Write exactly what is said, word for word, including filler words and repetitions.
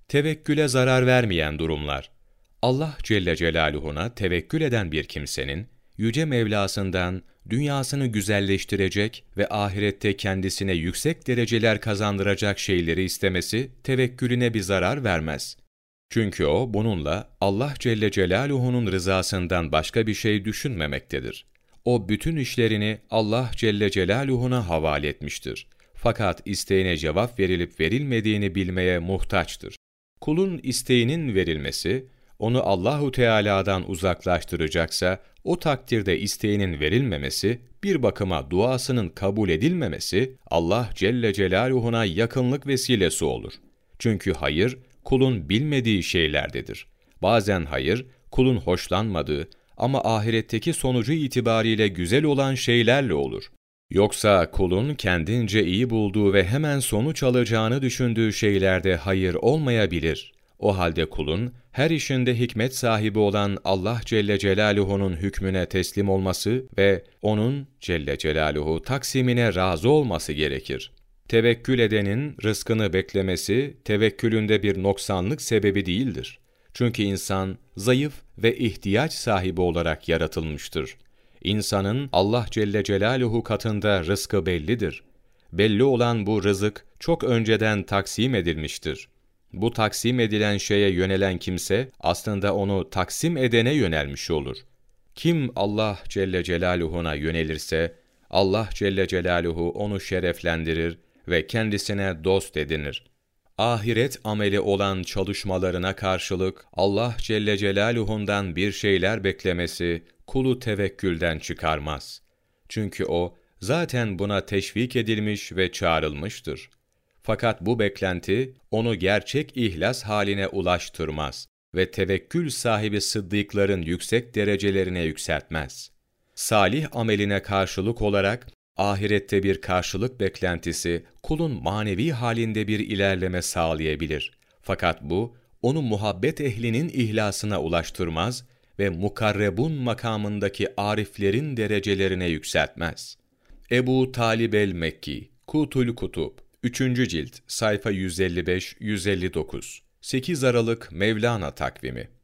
Tevekküle zarar vermeyen durumlar. Allah Celle Celaluhu'na tevekkül eden bir kimsenin, Yüce Mevlasından dünyasını güzelleştirecek ve ahirette kendisine yüksek dereceler kazandıracak şeyleri istemesi tevekkülüne bir zarar vermez. Çünkü o bununla Allah Celle Celaluhu'nun rızasından başka bir şey düşünmemektedir. O bütün işlerini Allah Celle Celaluhu'na havale etmiştir. Fakat isteğine cevap verilip verilmediğini bilmeye muhtaçtır. Kulun isteğinin verilmesi, onu Allahu Teala'dan uzaklaştıracaksa, o takdirde isteğinin verilmemesi, bir bakıma duasının kabul edilmemesi, Allah Celle Celaluhu'na yakınlık vesilesi olur. Çünkü hayır, kulun bilmediği şeylerdedir. Bazen hayır, kulun hoşlanmadığı ama ahiretteki sonucu itibariyle güzel olan şeylerle olur. Yoksa kulun kendince iyi bulduğu ve hemen sonuç alacağını düşündüğü şeylerde hayır olmayabilir. O halde kulun, her işinde hikmet sahibi olan Allah Celle Celaluhu'nun hükmüne teslim olması ve O'nun Celle Celaluhu taksimine razı olması gerekir. Tevekkül edenin rızkını beklemesi, tevekkülünde bir noksanlık sebebi değildir. Çünkü insan, zayıf ve ihtiyaç sahibi olarak yaratılmıştır. İnsanın Allah Celle Celaluhu katında rızkı bellidir. Belli olan bu rızık çok önceden taksim edilmiştir. Bu taksim edilen şeye yönelen kimse aslında onu taksim edene yönelmiş olur. Kim Allah Celle Celaluhu'na yönelirse Allah Celle Celaluhu onu şereflendirir ve kendisine dost edinir. Ahiret ameli olan çalışmalarına karşılık Allah Celle Celaluhu'ndan bir şeyler beklemesi kulu tevekkülden çıkarmaz. Çünkü o zaten buna teşvik edilmiş ve çağrılmıştır. Fakat bu beklenti onu gerçek ihlas haline ulaştırmaz ve tevekkül sahibi sıddıkların yüksek derecelerine yükseltmez. Salih ameline karşılık olarak ahirette bir karşılık beklentisi kulun manevi halinde bir ilerleme sağlayabilir. Fakat bu onu muhabbet ehlinin ihlasına ulaştırmaz ve mukarrebun makamındaki ariflerin derecelerine yükseltmez. Ebu Talib el-Mekki, Kutul Kutub, üçüncü cilt, sayfa yüz elli beş yüz elli dokuz, sekiz Aralık Mevlana takvimi.